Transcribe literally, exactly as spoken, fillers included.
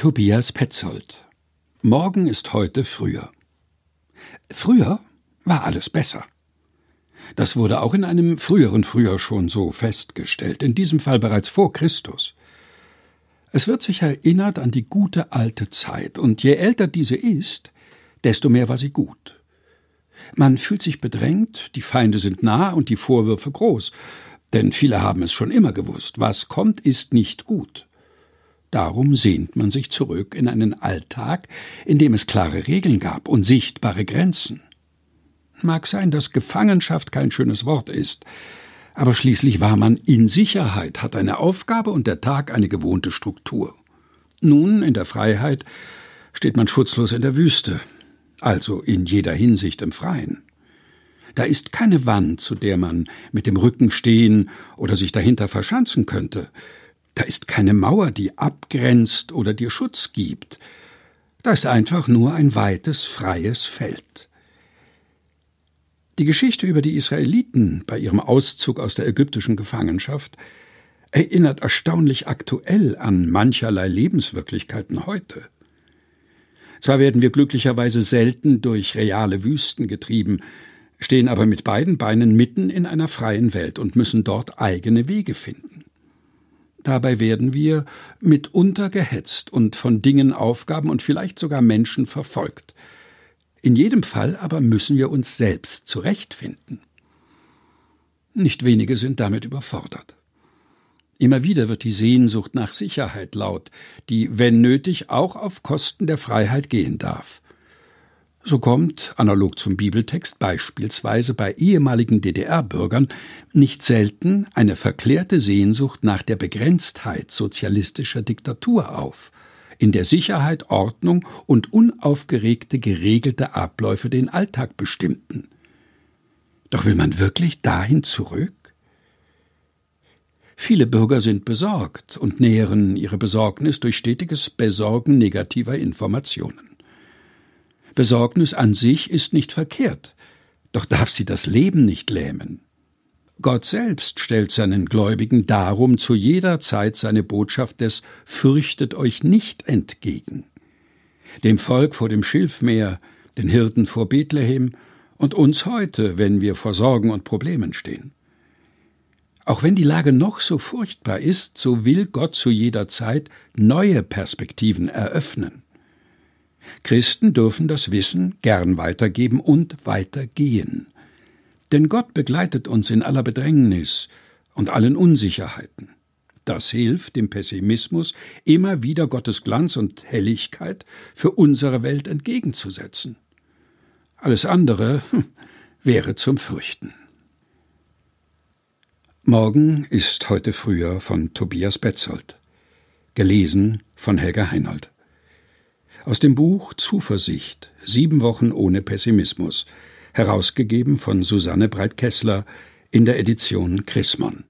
Tobias Petzold. Morgen ist heute früher. Früher war alles besser. Das wurde auch in einem früheren Früher schon so festgestellt, in diesem Fall bereits vor Christus. Es wird sich erinnert an die gute alte Zeit, und je älter diese ist, desto mehr war sie gut. Man fühlt sich bedrängt, die Feinde sind nah und die Vorwürfe groß, denn viele haben es schon immer gewusst, was kommt, ist nicht gut. Darum sehnt man sich zurück in einen Alltag, in dem es klare Regeln gab und sichtbare Grenzen. Mag sein, dass Gefangenschaft kein schönes Wort ist, aber schließlich war man in Sicherheit, hat eine Aufgabe und der Tag eine gewohnte Struktur. Nun, in der Freiheit, steht man schutzlos in der Wüste, also in jeder Hinsicht im Freien. Da ist keine Wand, zu der man mit dem Rücken stehen oder sich dahinter verschanzen könnte. Da ist keine Mauer, die abgrenzt oder dir Schutz gibt. Da ist einfach nur ein weites, freies Feld. Die Geschichte über die Israeliten bei ihrem Auszug aus der ägyptischen Gefangenschaft erinnert erstaunlich aktuell an mancherlei Lebenswirklichkeiten heute. Zwar werden wir glücklicherweise selten durch reale Wüsten getrieben, stehen aber mit beiden Beinen mitten in einer freien Welt und müssen dort eigene Wege finden. Dabei werden wir mitunter gehetzt und von Dingen, Aufgaben und vielleicht sogar Menschen verfolgt. In jedem Fall aber müssen wir uns selbst zurechtfinden. Nicht wenige sind damit überfordert. Immer wieder wird die Sehnsucht nach Sicherheit laut, die, wenn nötig, auch auf Kosten der Freiheit gehen darf. So kommt, analog zum Bibeltext, beispielsweise bei ehemaligen D D R-Bürgern nicht selten eine verklärte Sehnsucht nach der Begrenztheit sozialistischer Diktatur auf, in der Sicherheit, Ordnung und unaufgeregte, geregelte Abläufe den Alltag bestimmten. Doch will man wirklich dahin zurück? Viele Bürger sind besorgt und nähren ihre Besorgnis durch stetiges Besorgen negativer Informationen. Besorgnis an sich ist nicht verkehrt, doch darf sie das Leben nicht lähmen. Gott selbst stellt seinen Gläubigen darum zu jeder Zeit seine Botschaft des »Fürchtet euch nicht« entgegen. Dem Volk vor dem Schilfmeer, den Hirten vor Bethlehem und uns heute, wenn wir vor Sorgen und Problemen stehen. Auch wenn die Lage noch so furchtbar ist, so will Gott zu jeder Zeit neue Perspektiven eröffnen. Christen dürfen das Wissen gern weitergeben und weitergehen. Denn Gott begleitet uns in aller Bedrängnis und allen Unsicherheiten. Das hilft dem Pessimismus, immer wieder Gottes Glanz und Helligkeit für unsere Welt entgegenzusetzen. Alles andere wäre zum Fürchten. Morgen ist heute früher von Tobias Petzold. Gelesen von Helga Heinold. Aus dem Buch Zuversicht, sieben Wochen ohne Pessimismus, herausgegeben von Susanne Breit-Kessler in der Edition Chrismon.